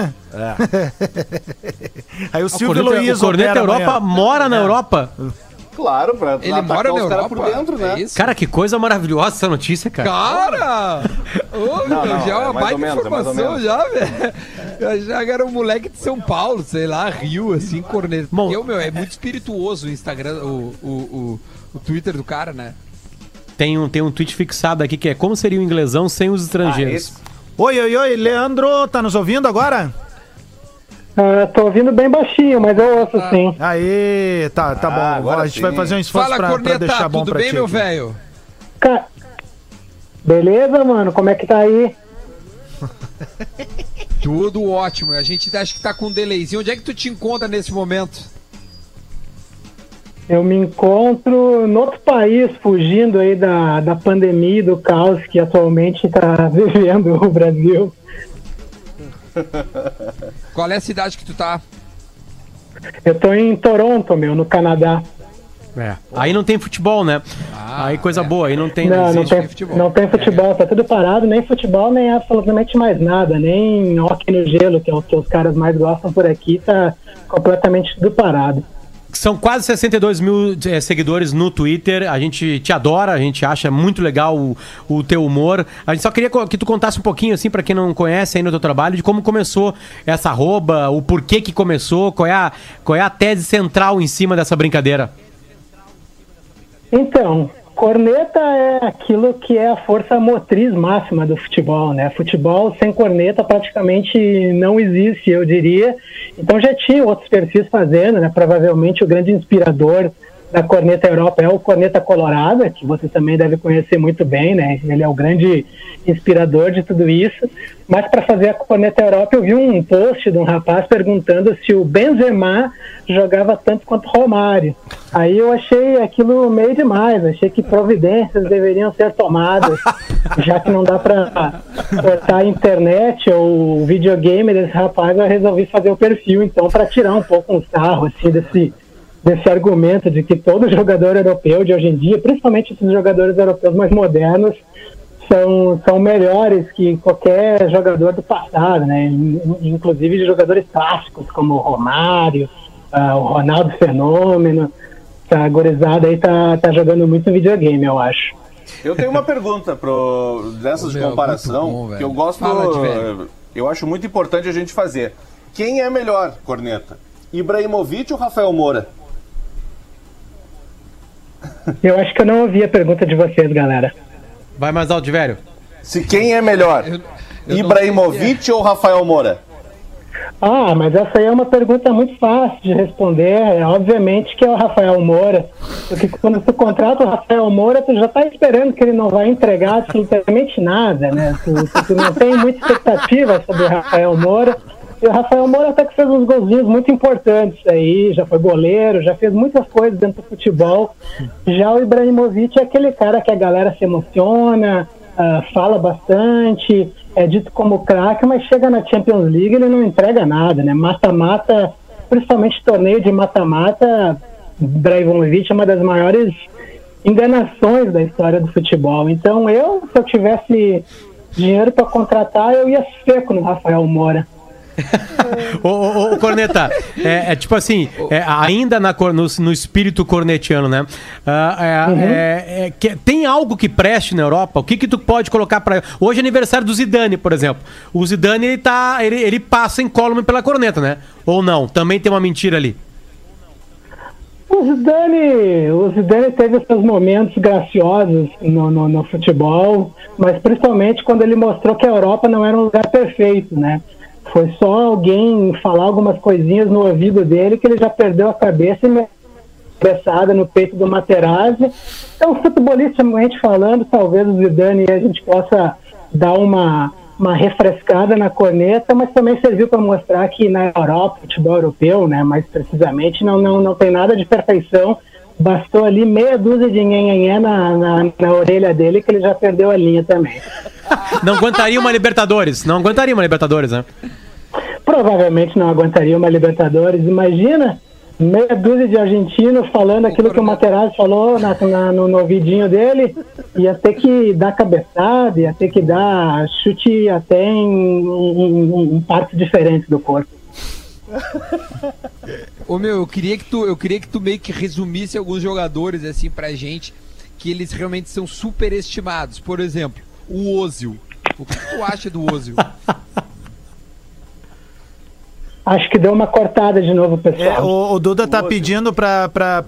Aí o Silvio Luiz... O Corneta Europa mora na Europa? Claro, pra Ele mora na os caras Europa? por dentro, né? É isso? Cara, que coisa maravilhosa essa notícia, cara. Cara! Ô, Não, meu, já é uma mais ou baita menos, mais ou informação menos. já, velho. Eu já era um moleque de São Paulo, sei lá, Rio, assim, Corneta. Bom, É muito espirituoso o Instagram, o Twitter do cara, né? Tem um tweet fixado aqui que é: como seria o inglesão sem os estrangeiros? Oi, Leandro, tá nos ouvindo agora? Tô ouvindo bem baixinho, mas eu ouço sim. Aê, tá bom. agora A gente sim. vai fazer um esforço Fala, pra Corneta, deixar bom tudo pra bem, ti meu aqui. velho? Beleza, mano? Como é que tá aí? Tudo ótimo. A gente acha que tá com um delayzinho. Onde é que tu te encontra nesse momento? Eu me encontro no outro país, fugindo aí da pandemia e do caos que atualmente tá vivendo o Brasil. Qual é a cidade que tu tá? Eu tô em Toronto, no Canadá. Aí não tem futebol, né? Aí coisa boa, aí não tem. Não existe futebol. Não tem futebol, tá tudo parado, nem futebol, nem absolutamente mais nada, nem hóquei no gelo, que é o que os caras mais gostam por aqui, tá completamente tudo parado. São quase 62 mil seguidores no Twitter. A gente te adora, a gente acha muito legal o teu humor. A gente só queria que tu contasse um pouquinho, assim, pra quem não conhece ainda o teu trabalho, de como começou essa arroba, o porquê que começou, qual é a tese central em cima dessa brincadeira. Então, corneta é aquilo que é a força motriz máxima do futebol, né? Futebol sem corneta praticamente não existe, eu diria. Então já tinha outros perfis fazendo, né? Provavelmente o grande inspirador da Corneta Europa é o Corneta Colorado, que você também deve conhecer muito bem, né? Ele é o grande inspirador de tudo isso. Mas para fazer a Corneta Europa, eu vi um post de um rapaz perguntando se o Benzema jogava tanto quanto o Romário. Aí eu achei aquilo meio demais, achei que providências deveriam ser tomadas, já que não dá para cortar a internet ou o videogame desse rapaz, eu resolvi fazer o perfil, então, para tirar um pouco um sarro, assim, desse argumento de que todo jogador europeu de hoje em dia, principalmente esses jogadores europeus mais modernos, são melhores que qualquer jogador do passado, né? Inclusive de jogadores clássicos como o Romário, o Ronaldo Fenômeno. A gurizada aí tá jogando muito videogame, eu acho. Eu tenho uma pergunta dessas de comparação bom, que eu gosto, eu acho muito importante a gente fazer. Quem é melhor, Corneta? Ibrahimovic ou Rafael Moura? Eu acho que eu não ouvi a pergunta de vocês, galera. Vai mais alto, velho. Se quem é melhor, Ibrahimovic ou Rafael Moura? Ah, mas essa aí é uma pergunta muito fácil de responder. Obviamente que é o Rafael Moura. Porque quando tu contrata o Rafael Moura, tu já tá esperando que ele não vai entregar absolutamente nada, né? Tu não tem muita expectativa sobre o Rafael Moura. E o Rafael Moura até que fez uns golzinhos muito importantes aí, já foi goleiro, já fez muitas coisas dentro do futebol. Já o Ibrahimovic é aquele cara que a galera se emociona, fala bastante, é dito como craque, mas chega na Champions League e ele não entrega nada, né? Mata-mata, principalmente torneio de mata-mata, Ibrahimovic é uma das maiores enganações da história do futebol. Então se eu tivesse dinheiro para contratar, eu ia seco no Rafael Moura. Ô, Corneta, tipo assim, ainda no espírito cornetiano, né? Tem algo que preste na Europa? O que tu pode colocar para hoje é aniversário do Zidane, por exemplo. O Zidane ele passa incólume pela corneta, né? Ou não? Também tem uma mentira ali. O Zidane teve seus momentos graciosos no futebol, mas principalmente quando ele mostrou que a Europa não era um lugar perfeito, né? Foi só alguém falar algumas coisinhas no ouvido dele que ele já perdeu a cabeça e cabeçada no peito do Materazzi. Então, futebolisticamente falando, talvez o Zidane a gente possa dar uma refrescada na corneta, mas também serviu para mostrar que na Europa, futebol europeu, né, mais precisamente, não tem nada de perfeição. Bastou ali meia dúzia de nhenhenhé na orelha dele que ele já perdeu a linha também. Não aguentaria uma Libertadores, né? Provavelmente não aguentaria uma Libertadores. Imagina, meia dúzia de argentinos falando aquilo que o Materazzi falou no ouvidinho dele. Ia ter que dar cabeçada, ia ter que dar chute até em partes diferentes do corpo. Ô meu, eu queria que tu meio que resumisse alguns jogadores assim pra gente, que eles realmente são superestimados. Por exemplo, o Ozil. O que tu acha do Ozil? Acho que deu uma cortada de novo, pessoal. O Duda tá pedindo pra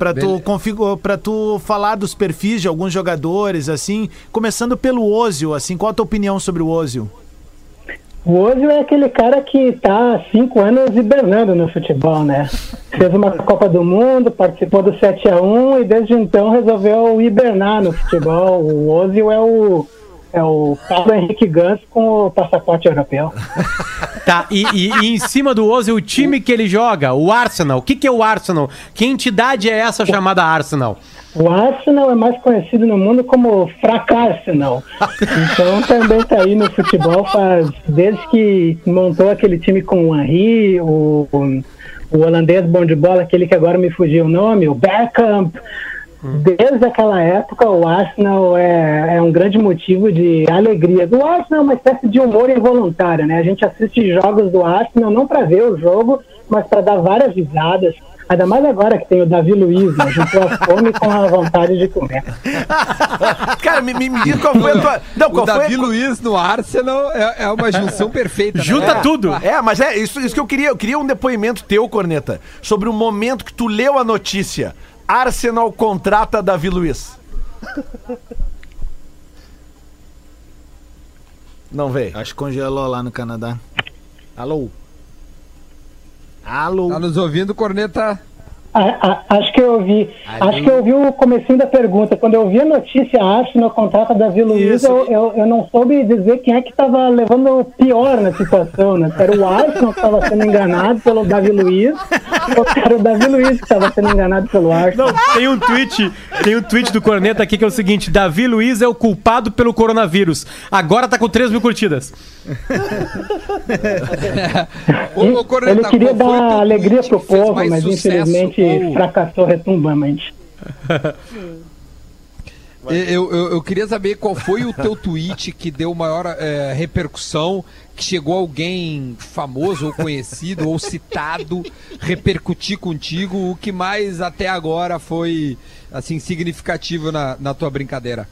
tu falar dos perfis de alguns jogadores, assim, começando pelo Ozil, assim, qual a tua opinião sobre o Ozil? O Ozil é aquele cara que tá há 5 anos hibernando no futebol, né? Fez uma Copa do Mundo, participou do 7-1 e desde então resolveu hibernar no futebol. O Ozil é o Paulo Henrique Ganso com o passaporte europeu. Tá, e em cima do Ozil, o time que ele joga, o Arsenal. O que é o Arsenal? Que entidade é essa chamada Arsenal? O Arsenal é mais conhecido no mundo como Fracassenal. Então também tá aí no futebol desde que montou aquele time com o Henry, o holandês bom de bola, aquele que agora me fugiu o nome, o Bergkamp. Desde aquela época, o Arsenal é um grande motivo de alegria. O Arsenal é uma espécie de humor involuntário, né? A gente assiste jogos do Arsenal não para ver o jogo, mas para dar várias risadas. Ainda mais agora que tem o Davi Luiz, né? Juntou a fome com a vontade de comer. Cara, me diz qual foi a tua... Não, o Davi Luiz no Arsenal é uma junção perfeita. Junta tudo. Mas é isso que eu queria. Eu queria um depoimento teu, Corneta, sobre o momento que tu leu a notícia. Arsenal contrata Davi Luiz. Não veio. Acho que congelou lá no Canadá. Alô? Alô? Tá nos ouvindo, Corneta? Acho que eu ouvi o comecinho da pergunta. Quando eu vi a notícia, Arsenal contrata Davi Luiz, eu não soube dizer quem é que estava levando o pior na situação, né? Se era o Arsenal que estava sendo enganado pelo Davi Luiz, ou se era o Davi Luiz que estava sendo enganado pelo Arsenal. Não, tem um tweet do Corneta aqui que é o seguinte: Davi Luiz é o culpado pelo coronavírus. Agora tá com 3 mil curtidas. Ele queria dar alegria pro povo, mas infelizmente fracassou retumbamente. Eu queria saber qual foi o teu tweet que deu maior repercussão, que chegou alguém famoso ou conhecido ou citado repercutir contigo, o que mais até agora foi assim significativo na tua brincadeira?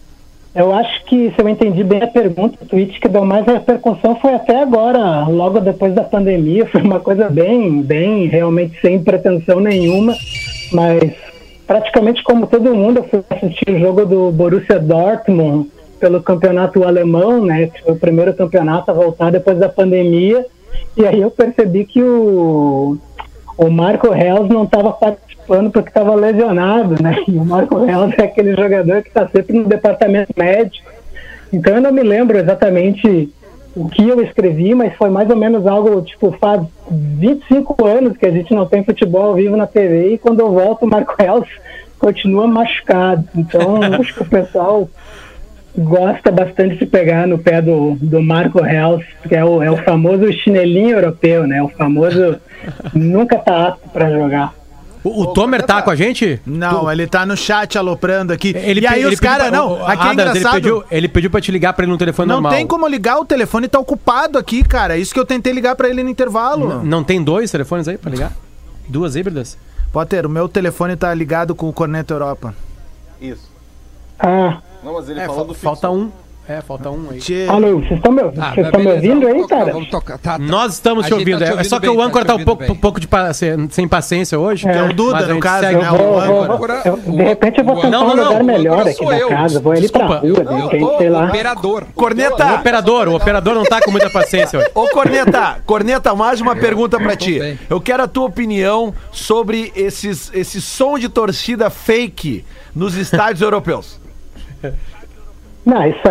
Eu acho que, se eu entendi bem a pergunta, o tweet que deu mais repercussão foi até agora, logo depois da pandemia. Foi uma coisa bem, realmente sem pretensão nenhuma, mas praticamente como todo mundo, eu fui assistir o jogo do Borussia Dortmund pelo campeonato alemão, né, que foi o primeiro campeonato a voltar depois da pandemia, e aí eu percebi que o Marco Reus não estava participando porque estava lesionado, né? E o Marco Reus é aquele jogador que está sempre no departamento médico. Então eu não me lembro exatamente o que eu escrevi, mas foi mais ou menos algo, tipo, faz 25 anos que a gente não tem futebol ao vivo na TV, e quando eu volto o Marco Reus continua machucado. Então acho que o pessoal gosta bastante de pegar no pé do Marco Reus, que é o famoso chinelinho europeu, né? O famoso nunca tá apto para jogar. O Tomer tá com a gente? Não, ele tá no chat aloprando aqui. E aí os caras, não, aqui é engraçado. Ele pediu pra te ligar pra ele no telefone normal. Não tem como ligar, o telefone tá ocupado aqui, cara. Isso que eu tentei ligar pra ele no intervalo. Não tem 2 telefones aí pra ligar? 2 híbridas? Potter, o meu telefone tá ligado com o Corneta Europa. Isso. Não, mas ele falou do falta um. Falta um aí. Alô, vocês estão me ouvindo aí, cara? Nós estamos te ouvindo. É só que o âncora tá um pouco sem paciência hoje. É o Duda, no caso, né? De repente eu vou tentar um lugar melhor aqui da casa. Vou ali pra rua, de repente, sei lá. Corneta! O operador não tá com muita paciência hoje. Ô, Corneta, mais uma pergunta pra ti. Eu quero a tua opinião sobre esse som de torcida fake nos estádios europeus. Não, isso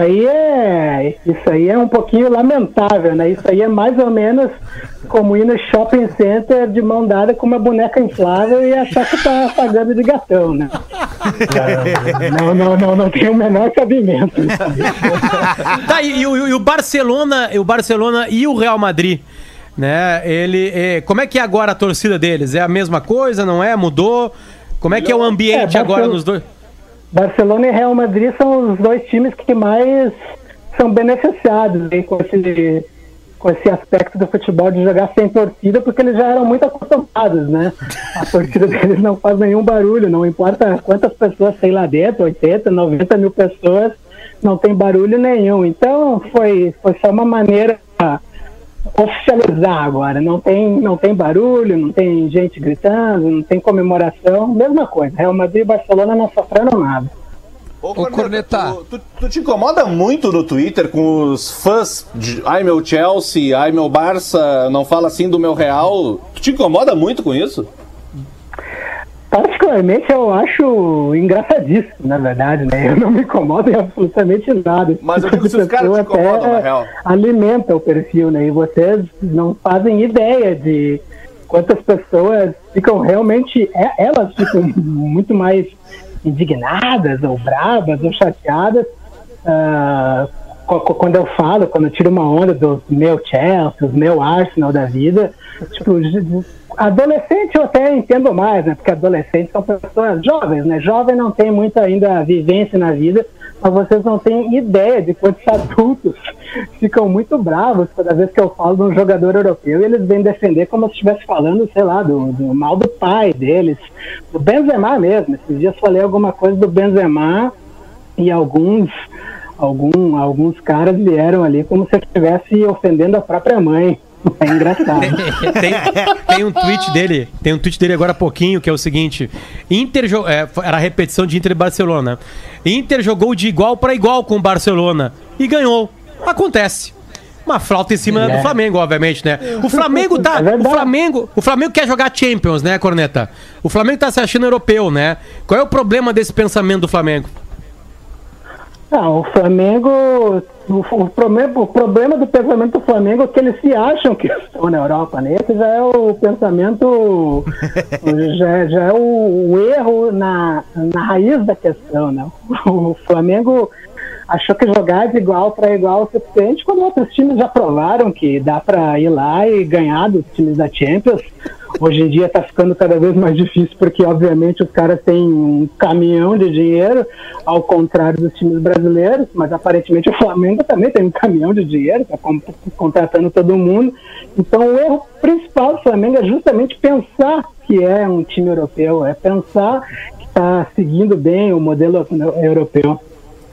aí é um pouquinho lamentável, né? Isso aí é mais ou menos como ir no shopping center de mão dada com uma boneca inflável e achar que tá pagando de gatão, né? Não tem o menor cabimento. Tá, e o Barcelona e o Real Madrid, né? Como é que é agora a torcida deles? É a mesma coisa, não é? Mudou? Como é que é o ambiente agora nos dois? Barcelona e Real Madrid são os dois times que mais são beneficiados aí com esse aspecto do futebol de jogar sem torcida, porque eles já eram muito acostumados, né? A torcida deles não faz nenhum barulho, não importa quantas pessoas tem lá dentro, 80, 90 mil pessoas, não tem barulho nenhum. Então foi só uma maneira oficializar agora. Não tem barulho, não tem gente gritando, não tem comemoração, mesma coisa. Real Madrid e Barcelona não sofreram nada. Ô Corneta, tu te incomoda muito no Twitter com os fãs de ai meu Chelsea, ai meu Barça, não fala assim do meu Real? Tu te incomoda muito com isso? Particularmente eu acho engraçadíssimo, na verdade, né? Eu não me incomodo em absolutamente nada. Mas eu digo que os caras te incomodam, na real. Alimenta o perfil, né? E vocês não fazem ideia de quantas pessoas ficam realmente... Elas ficam muito mais indignadas, ou bravas, ou chateadas. Quando eu tiro uma onda do meu Chelsea, do meu Arsenal da vida, tipo... Adolescente eu até entendo mais, né? Porque adolescentes são pessoas jovens, né? Jovem não tem muita ainda vivência na vida, mas vocês não têm ideia de quantos adultos ficam muito bravos toda vez que eu falo de um jogador europeu e eles vêm defender como se estivesse falando, sei lá, do mal do pai deles, do Benzema mesmo. Esses dias falei alguma coisa do Benzema e alguns caras vieram ali como se eu estivesse ofendendo a própria mãe. É engraçado. Tem um tweet dele agora há pouquinho, que é o seguinte: era a repetição de Inter e Barcelona. Inter jogou de igual para igual com o Barcelona e ganhou. Acontece. Uma flauta em cima do Flamengo, obviamente, né? O Flamengo tá. O Flamengo quer jogar Champions, né, Corneta? O Flamengo tá se achando europeu, né? Qual é o problema desse pensamento do Flamengo? O Flamengo. O problema do pensamento do Flamengo é que eles se acham que estão na Europa, né? Esse já é o pensamento. já é o erro na raiz da questão, né? O Flamengo achou que jogar de igual para igual é suficiente, quando outros times já provaram que dá para ir lá e ganhar dos times da Champions. Hoje em dia está ficando cada vez mais difícil, porque obviamente os caras têm um caminhão de dinheiro, ao contrário dos times brasileiros, mas aparentemente o Flamengo também tem um caminhão de dinheiro, está contratando todo mundo. Então o erro principal do Flamengo é justamente pensar que é um time europeu, é pensar que está seguindo bem o modelo europeu.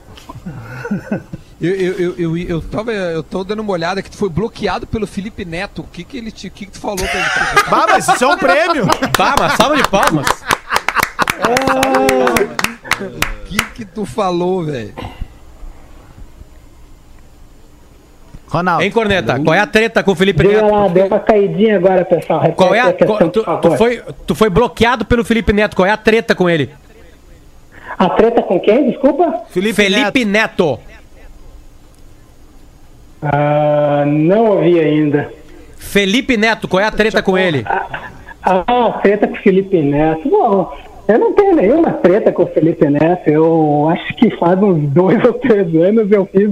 Eu tô dando uma olhada que tu foi bloqueado pelo Felipe Neto. O que tu falou pra ele? Bah, mas isso é um prêmio! Bah, mas salva de palmas! O que tu falou, velho? Ronaldo. Hein, Corneta? Qual é a treta com o Felipe Neto? Lá, deu uma caidinha agora, pessoal. Qual é tu foi bloqueado pelo Felipe Neto. Qual é a treta com ele? A treta com quem? Desculpa? Felipe Neto. Não ouvi ainda. Felipe Neto, qual é a treta com ele? Treta com o Felipe Neto. Bom, eu não tenho nenhuma treta com o Felipe Neto. Eu acho que faz uns 2 ou 3 anos eu fiz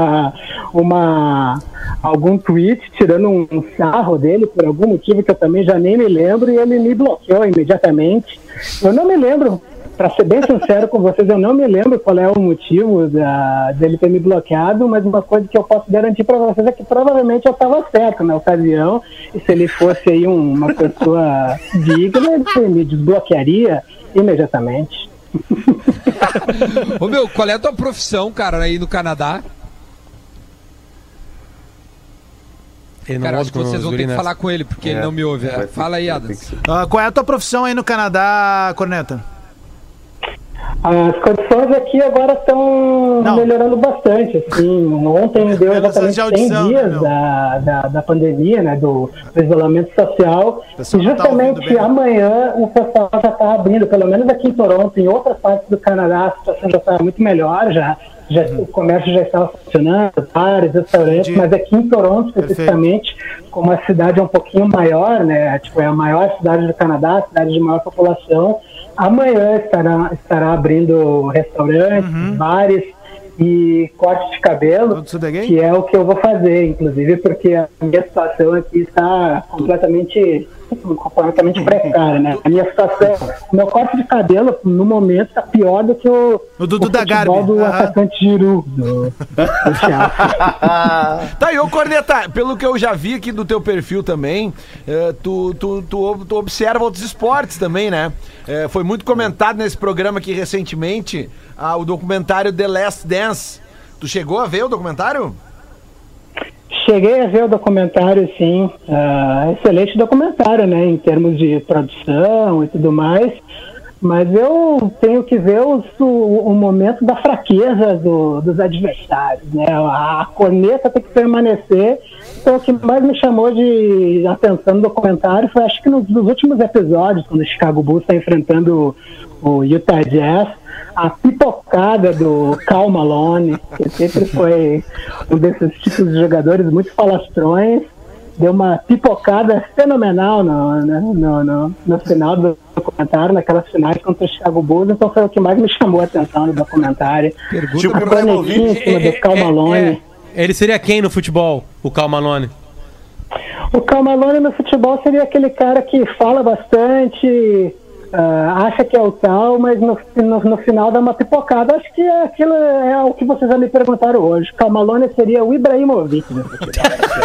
algum tweet tirando um sarro dele por algum motivo que eu também já nem me lembro, e ele me bloqueou imediatamente. Eu não me lembro. Pra ser bem sincero com vocês, eu não me lembro qual é o motivo dele ter me bloqueado, mas uma coisa que eu posso garantir pra vocês é que provavelmente eu estava certo na ocasião, e se ele fosse aí uma pessoa digna, ele me desbloquearia imediatamente. Ô meu, qual é a tua profissão, cara, aí no Canadá? Cara, acho que vocês vão ter que falar com ele, porque ele não me ouve. Fala aí, Adams. Qual é a tua profissão aí no Canadá, Corneta? As condições aqui agora estão melhorando bastante, assim. Ontem deu exatamente 100 dias da pandemia, né, do isolamento social, e justamente amanhã o pessoal já está abrindo, pelo menos aqui em Toronto. Em outras partes do Canadá a situação já está muito melhor, o comércio já estava funcionando, bares, restaurantes, mas aqui em Toronto, especificamente, como a cidade é um pouquinho maior, né, tipo, é a maior cidade do Canadá, a cidade de maior população, amanhã estará abrindo restaurantes, bares e corte de cabelo, que é o que eu vou fazer, inclusive, porque a minha situação aqui está completamente precária, né? A minha situação, o meu corte de cabelo, no momento, está pior do que o futebol do atacante Giroud, do Chelsea. Tá, e ô Corneta, pelo que eu já vi aqui do teu perfil também, tu observa outros esportes também, né? Foi muito comentado nesse programa aqui recentemente, o documentário The Last Dance. Tu chegou a ver o documentário? Cheguei a ver o documentário, sim. Excelente documentário, né? Em termos de produção e tudo mais. Mas eu tenho que ver o momento da fraqueza dos adversários, né? A corneta tem que permanecer. Então, o que mais me chamou de atenção no documentário foi, acho que nos últimos episódios, quando o Chicago Bulls está enfrentando o Utah Jazz, a pipocada do Karl Malone, que sempre foi um desses tipos de jogadores muito falastrões, deu uma pipocada fenomenal no final do documentário, naquelas finais contra o Chicago Bulls. Então foi o que mais me chamou a atenção no documentário. Pergunta a planetinha em cima do Karl Malone. Ele seria quem no futebol, o Karl Malone? O Karl Malone no futebol seria aquele cara que fala bastante, acha que é o tal, mas no final dá uma pipocada. Acho que aquilo é o que vocês já me perguntaram hoje. Karl Malone seria o Ibrahimovic do futebol.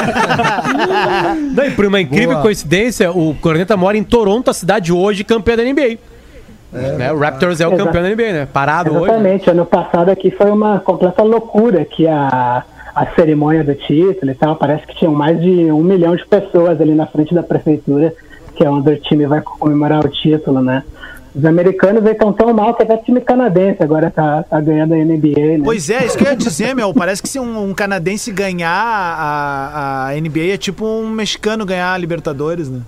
Não, e por uma incrível coincidência, o Corneta mora em Toronto, a cidade hoje campeã da NBA. Né? O Raptors é o campeão da NBA, né? Parado hoje. Exatamente. Ano passado aqui foi uma completa loucura, que a cerimônia do título e tal, parece que tinham mais de 1 milhão de pessoas ali na frente da prefeitura, que é onde o time vai comemorar o título, né? Os americanos estão tão mal que até time canadense agora tá ganhando a NBA, né? Pois é, isso que eu ia dizer, meu. Parece que se um canadense ganhar a NBA é tipo um mexicano ganhar a Libertadores, né?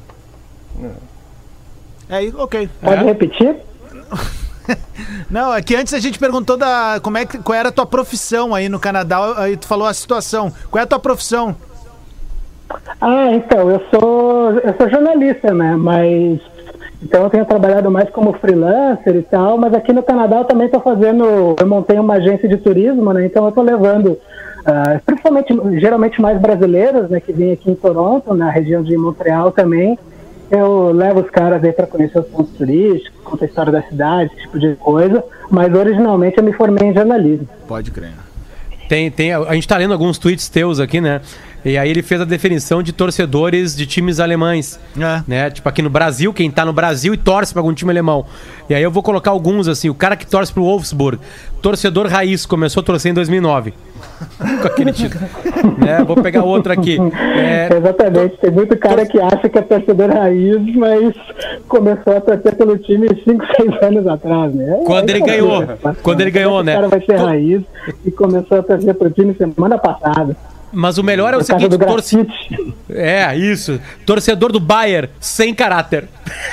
Ok. Pode repetir? Não, é que antes a gente perguntou qual era a tua profissão aí no Canadá, aí tu falou a situação. Qual é a tua profissão? Então, eu sou jornalista, né? Mas então eu tenho trabalhado mais como freelancer e tal, mas aqui no Canadá eu também eu montei uma agência de turismo, né? Então eu tô levando, principalmente, geralmente mais brasileiros, né? Que vêm aqui em Toronto, na região de Montreal também. Eu levo os caras aí para conhecer os pontos turísticos, contar a história da cidade, esse tipo de coisa, mas originalmente eu me formei em jornalismo. Pode crer. A gente tá lendo alguns tweets teus aqui, né? E aí ele fez a definição de torcedores de times alemães, né? Tipo aqui no Brasil, quem tá no Brasil e torce pra algum time alemão. E aí eu vou colocar alguns, assim, o cara que torce pro Wolfsburg, torcedor raiz, começou a torcer em 2009. Com aquele título. Né? Vou pegar outro aqui. Exatamente, tem muito cara que acha que é torcedor raiz, mas começou a torcer pelo time 5, 6 anos atrás, né? Quando ele ganhou, né? O cara vai ser raiz e começou a torcer pro time semana passada. Mas o melhor é o seguinte, isso. Torcedor do Bayern, sem caráter.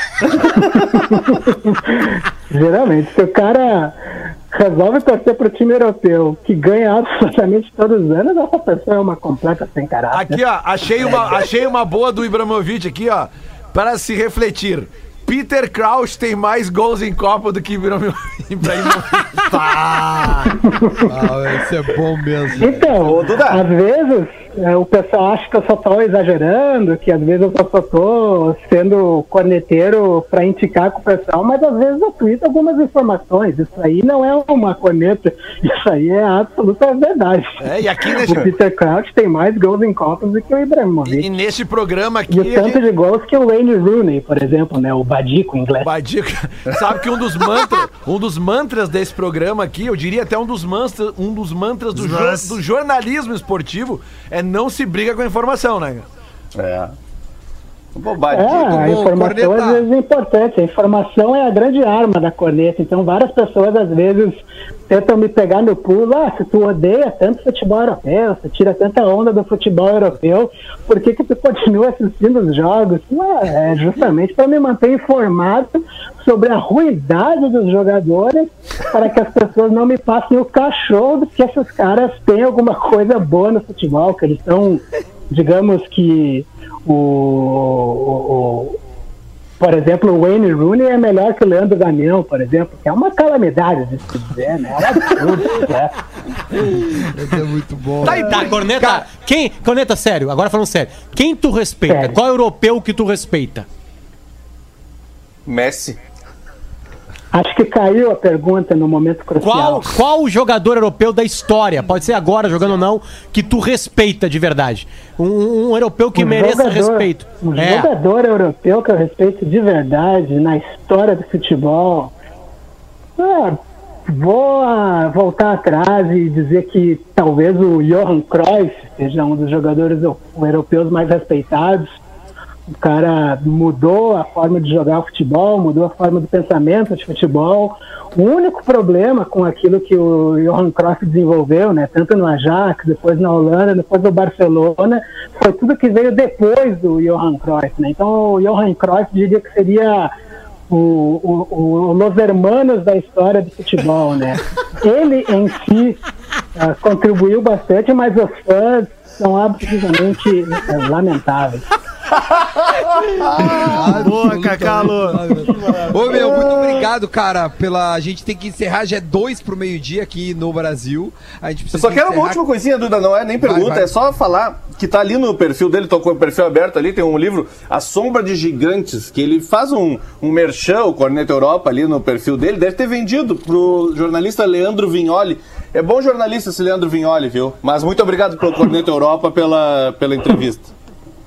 Geralmente, se o cara resolve torcer pro time europeu, que ganha absolutamente todos os anos, essa pessoa é uma completa sem caráter. Aqui, ó, achei uma boa do Ibrahimovic aqui, ó, para se refletir. Peter Crouch tem mais gols em Copa do que Ibrahimovic. Isso é bom mesmo. Então, às vezes o pessoal acha que eu só tô exagerando, que às vezes eu só tô sendo corneteiro pra indicar com o pessoal, mas às vezes eu tweeto algumas informações. Isso aí não é uma corneta, isso aí é a absoluta verdade. E aqui o Peter Crouch tem mais gols em Copas do que o Ibrahimovic. E nesse programa aqui... E o tanto de gols que o Wayne Rooney, por exemplo, né? O Badico em inglês. Badico. Sabe que um dos mantras desse programa aqui, eu diria até um dos mantras do jornalismo esportivo, é não se briga com a informação, né? Bobagem. A informação às vezes é importante. A informação é a grande arma da corneta. Então várias pessoas às vezes tentam me pegar no pulo. Se tu odeia tanto futebol europeu, você tira tanta onda do futebol europeu, por que tu continua assistindo os jogos? É justamente para me manter informado sobre a ruindade dos jogadores, para que as pessoas não me passem o cachorro que esses caras têm alguma coisa boa no futebol, que eles estão, digamos que por exemplo, o Wayne Rooney é melhor que o Leandro Damião, por exemplo, que é uma calamidade de se dizer, né? É absurdo, né? Isso é muito bom. Tá, corneta. Corneta, sério, agora falando sério. Quem tu respeita? Sério. Qual europeu que tu respeita? Messi. Acho que caiu a pergunta no momento crucial. Qual jogador europeu da história, pode ser agora jogando ou não, que tu respeita de verdade? Um europeu que mereça respeito. Jogador europeu que eu respeito de verdade na história do futebol. Vou voltar atrás e dizer que talvez o Johan Cruyff seja um dos jogadores europeus mais respeitados. O cara mudou a forma de jogar futebol, mudou a forma do pensamento de futebol. O único problema com aquilo que o Johan Cruyff desenvolveu, né, tanto no Ajax, depois na Holanda, depois no Barcelona, foi tudo que veio depois do Johan Cruyff, né? Então o Johan Cruyff diria que seria o Los Hermanos da história do futebol, né? Ele em si contribuiu bastante, mas os fãs são absolutamente lamentáveis. Boa, Cacalo. Ô, meu, muito obrigado, cara, a gente tem que encerrar, já é 2 pro meio-dia aqui no Brasil. A gente precisa Eu só quero uma última coisinha, Duda, não é nem pergunta, vai. É só falar que tá ali no perfil dele, tô com o perfil aberto ali, tem um livro, A Sombra de Gigantes, que ele faz um merchan, o Corneta Europa ali no perfil dele, deve ter vendido pro jornalista Leandro Vignoli. É bom jornalista esse Leandro Vignoli, viu? Mas muito obrigado pelo Corneta Europa pela entrevista.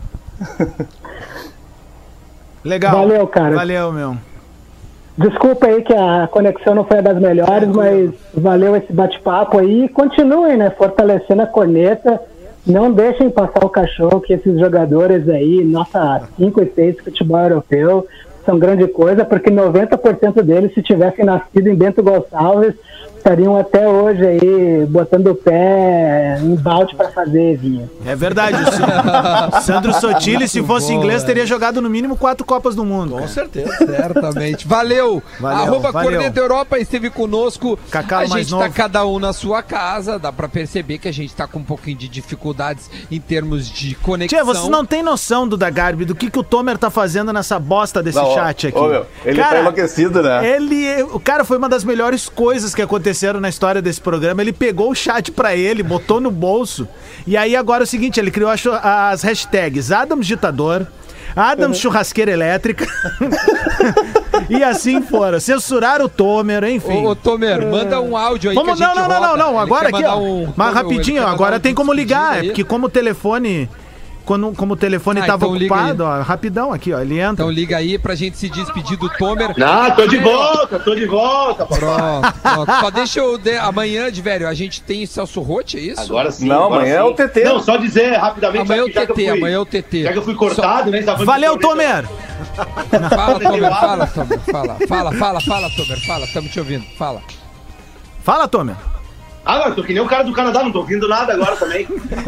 Legal. Valeu, cara. Valeu, meu. Desculpa aí que a conexão não foi a das melhores, mas valeu esse bate-papo aí. Continuem, né, fortalecendo a corneta. Não deixem passar o cachorro, que esses jogadores aí, nota 5 e 6 futebol europeu, são grande coisa, porque 90% deles, se tivessem nascido em Bento Gonçalves, estariam até hoje aí botando o pé em balde para fazer vinho. É verdade. O Sandro Sotile, se fosse inglês, teria jogado no mínimo 4 Copas do Mundo. Com certeza. Certamente. Valeu. Corneta Europa esteve conosco. Cacau, a mais gente novo. tá cada um na sua casa. Dá pra perceber que a gente tá com um pouquinho de dificuldades em termos de conexão. Tia, vocês não têm noção, Duda Garbi, do que o Tomer tá fazendo nessa bosta desse chat aqui. Ele tá enlouquecido, né? O cara foi uma das melhores coisas que aconteceram na história desse programa. Ele pegou o chat pra ele, botou no bolso. E aí agora é o seguinte, ele criou as hashtags Adams Ditador, Adams Churrasqueira Elétrica e assim fora. Censuraram o Tomer, enfim. Ô, Tomer, manda um áudio aí. Vamos, que a gente roda. não. Agora aqui, ó. Mas rapidinho, agora tem como ligar. aí. É porque como o telefone... Como o telefone tava então liga ocupado, ó, rapidão aqui, ó, ele entra. Então liga aí pra gente se despedir do Tomer. Não, tô de volta, papai. Pronto. Só deixa eu... Amanhã, de velho, a gente tem Celso Roth, é isso? Agora sim. Não, agora amanhã sim. é o TT. Não, só dizer rapidamente. Amanhã é o TT. Já que eu fui cortado, né? Valeu, Tomer! Fala, Tomer, fala, Tomer. Fala, Tomer, fala, estamos te ouvindo, fala. Fala, Tomer! Agora, eu tô que nem o cara do Canadá, não tô ouvindo nada agora também.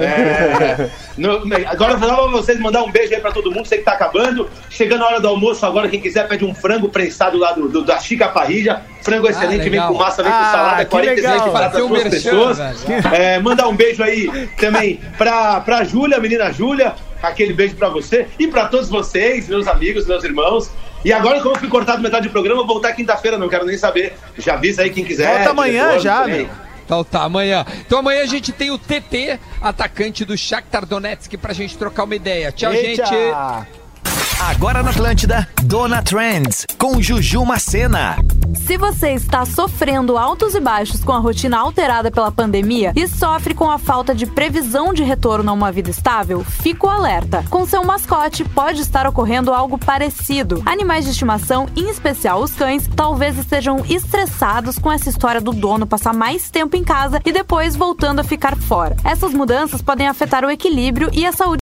Agora eu vou pra vocês mandar um beijo aí pra todo mundo, sei que tá acabando. Chegando a hora do almoço agora, quem quiser pede um frango prensado lá da Chica Parrilla. Frango excelente, vem com massa, vem com salada, 45 para duas pessoas. Mandar um beijo aí também pra Júlia, menina Júlia. Aquele beijo pra você e pra todos vocês, meus amigos, meus irmãos. E agora, como eu fui cortado metade do programa, eu vou voltar quinta-feira, não quero nem saber. Já avisa aí quem quiser. Volta amanhã já, meu. Então tá, amanhã. Então amanhã a gente tem o TT, atacante do Shakhtar Donetsk, pra gente trocar uma ideia. Tchau, Eita. gente. Agora na Atlântida, Dona Trends, com Juju Macena. Se você está sofrendo altos e baixos com a rotina alterada pela pandemia e sofre com a falta de previsão de retorno a uma vida estável, fica o alerta. Com seu mascote, pode estar ocorrendo algo parecido. Animais de estimação, em especial os cães, talvez estejam estressados com essa história do dono passar mais tempo em casa e depois voltando a ficar fora. Essas mudanças podem afetar o equilíbrio e a saúde